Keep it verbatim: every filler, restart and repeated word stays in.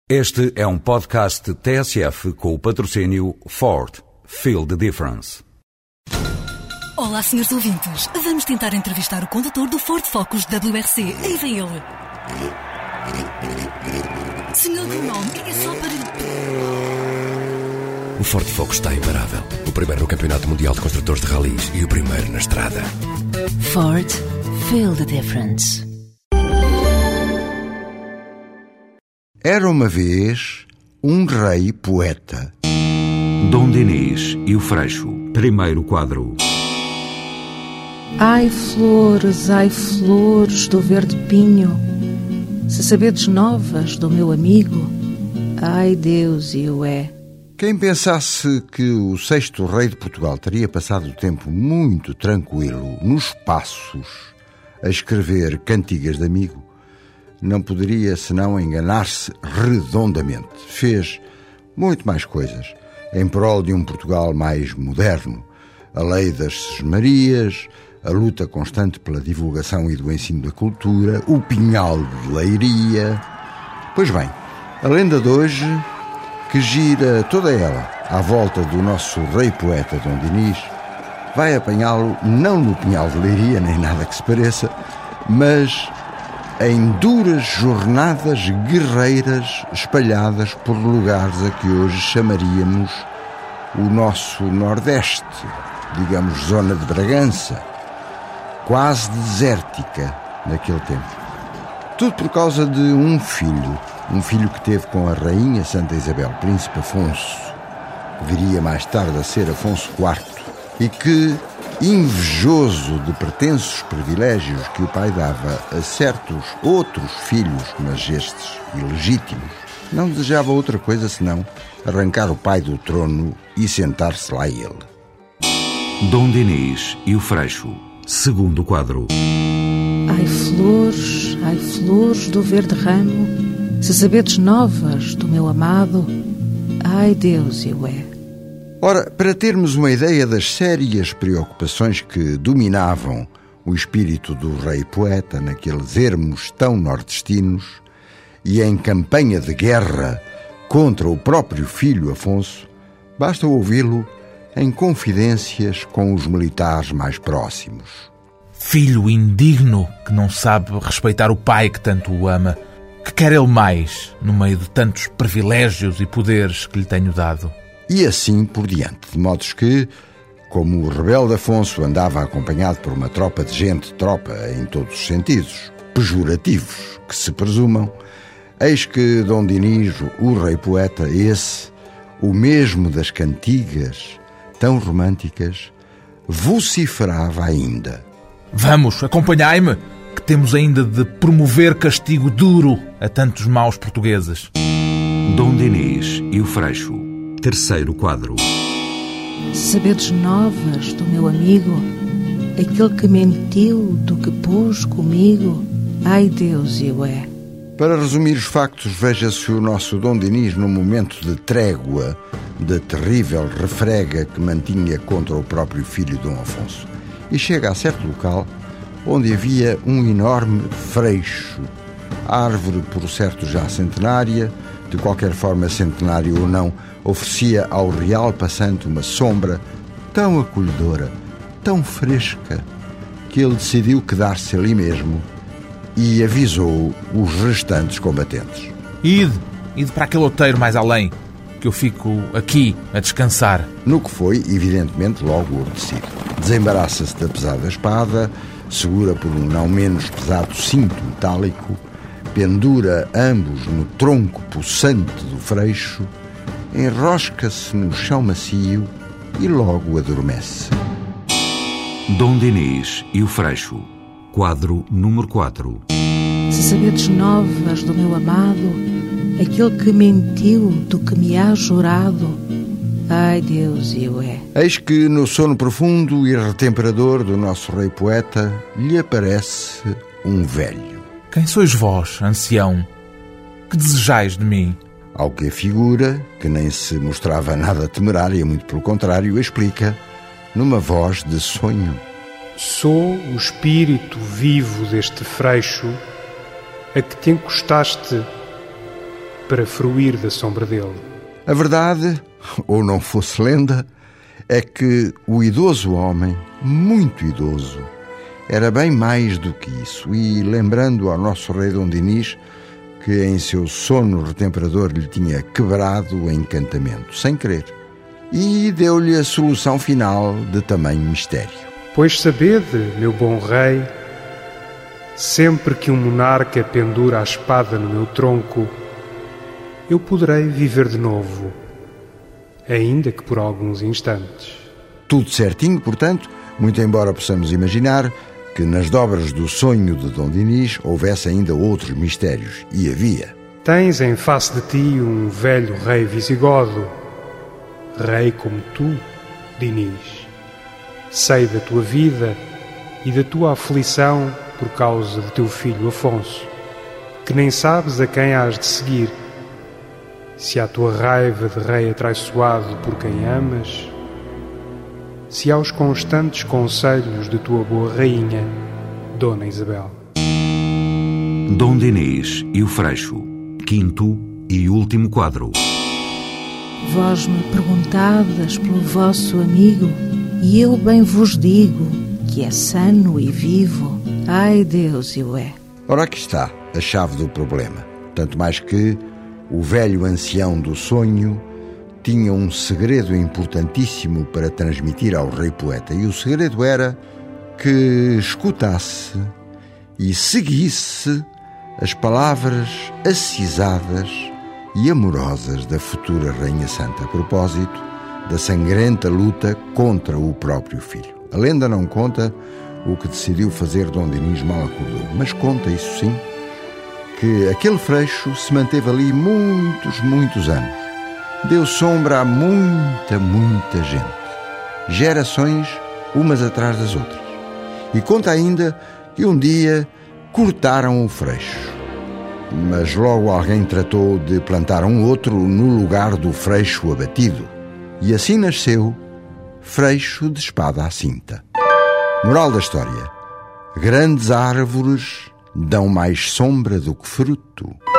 Este é um podcast T S F com o patrocínio Ford. Feel the difference. Olá, senhores ouvintes. Vamos tentar entrevistar o condutor do Ford Focus W R C. Aí vem ele. Senhor Gronome, é só para... O Ford Focus está imparável. O primeiro no Campeonato Mundial de Construtores de Rallys e o primeiro na estrada. Ford. Feel the difference. Era uma vez um rei poeta. Dom Dinis e o Freixo. Primeiro quadro. Ai flores, ai flores do verde pinho, se sabedes novas do meu amigo, ai Deus e o é. Quem pensasse que o sexto rei de Portugal teria passado o tempo muito tranquilo nos passos a escrever cantigas de amigo, não poderia senão enganar-se redondamente. Fez muito mais coisas em prol de um Portugal mais moderno. A lei das sesmarias, a luta constante pela divulgação e do ensino da cultura, o pinhal de Leiria. Pois bem, a lenda de hoje, que gira toda ela à volta do nosso rei poeta Dom Dinis, vai apanhá-lo não no pinhal de Leiria, nem nada que se pareça, mas em duras jornadas guerreiras espalhadas por lugares a que hoje chamaríamos o nosso Nordeste, digamos zona de Bragança, quase desértica naquele tempo. Tudo por causa de um filho, um filho que teve com a rainha Santa Isabel, príncipe Afonso, que viria mais tarde a ser Afonso quarto, e que, invejoso de pretensos privilégios que o pai dava a certos outros filhos, mas estes ilegítimos, não desejava outra coisa senão arrancar o pai do trono e sentar-se lá ele. Dom Dinis e o Freixo. Segundo quadro. Ai flores, ai flores do verde ramo, se sabedes novas do meu amado, ai Deus e o é. Ora, para termos uma ideia das sérias preocupações que dominavam o espírito do rei poeta naqueles ermos tão nordestinos e em campanha de guerra contra o próprio filho Afonso, basta ouvi-lo em confidências com os militares mais próximos. Filho indigno que não sabe respeitar o pai que tanto o ama, que quer ele mais no meio de tantos privilégios e poderes que lhe tenho dado. E assim por diante, de modos que, como o rebelde Afonso andava acompanhado por uma tropa de gente, tropa em todos os sentidos, pejorativos que se presumam, eis que Dom Dinis, o rei poeta, esse, o mesmo das cantigas tão românticas, vociferava ainda. Vamos, acompanhai-me, que temos ainda de promover castigo duro a tantos maus portugueses. Dom Dinis e o Freixo. Terceiro quadro. Sabedes novas do meu amigo, aquele que mentiu do que pôs comigo, ai Deus e o é. Para resumir os factos, veja-se o nosso Dom Dinis num momento de trégua da terrível refrega que mantinha contra o próprio filho Dom Afonso. E chega a certo local onde havia um enorme freixo, árvore por certo já centenária, de qualquer forma centenário ou não, oferecia ao real passante uma sombra tão acolhedora, tão fresca, que ele decidiu quedar-se ali mesmo e avisou os restantes combatentes. Ide, ide para aquele outeiro mais além, que eu fico aqui a descansar. No que foi, evidentemente, logo obedecido. Desembaraça-se da pesada espada, segura por um não menos pesado cinto metálico, pendura ambos no tronco possante do freixo, enrosca-se no chão macio e logo adormece. Dom Dinis e o Freixo. Quadro número quatro. Se sabedes novas do meu amado, aquele que mentiu do que me há jurado, ai Deus e o é. Eis que no sono profundo e retemperador do nosso rei poeta lhe aparece um velho. Quem sois vós, ancião? Que desejais de mim? Ao que a figura, que nem se mostrava nada temerária, muito pelo contrário, explica, numa voz de sonho. Sou o espírito vivo deste freixo a que te encostaste para fruir da sombra dele. A verdade, ou não fosse lenda, é que o idoso homem, muito idoso, era bem mais do que isso. E lembrando ao nosso rei Dom Dinis que em seu sono retemperador lhe tinha quebrado o encantamento, sem querer, e deu-lhe a solução final de tamanho mistério. Pois sabede, meu bom rei, sempre que um monarca pendura a espada no meu tronco, eu poderei viver de novo, ainda que por alguns instantes. Tudo certinho, portanto, muito embora possamos imaginar que nas dobras do sonho de Dom Dinis houvesse ainda outros mistérios, e havia. Tens em face de ti um velho rei visigodo, rei como tu, Dinis. Sei da tua vida e da tua aflição por causa de teu filho Afonso, que nem sabes a quem hás de seguir, se há tua raiva de rei atraiçoado por quem amas, se há os constantes conselhos de tua boa rainha, Dona Isabel. Dom Dinis e o Freixo, quinto e último quadro. Vós me perguntavas pelo vosso amigo, e eu bem vos digo que é sano e vivo. Ai, Deus, eu é. Ora, aqui está a chave do problema. Tanto mais que o velho ancião do sonho tinha um segredo importantíssimo para transmitir ao rei poeta. E o segredo era que escutasse e seguisse as palavras acisadas e amorosas da futura Rainha Santa, a propósito da sangrenta luta contra o próprio filho. A lenda não conta o que decidiu fazer Dom Dinis mal acordou, mas conta, isso sim, que aquele Freixo se manteve ali muitos, muitos anos. Deu sombra a muita, muita gente. Gerações umas atrás das outras. E conta ainda que um dia cortaram o Freixo. Mas logo alguém tratou de plantar um outro no lugar do Freixo abatido. E assim nasceu Freixo de espada à cinta. Moral da história: grandes árvores dão mais sombra do que fruto.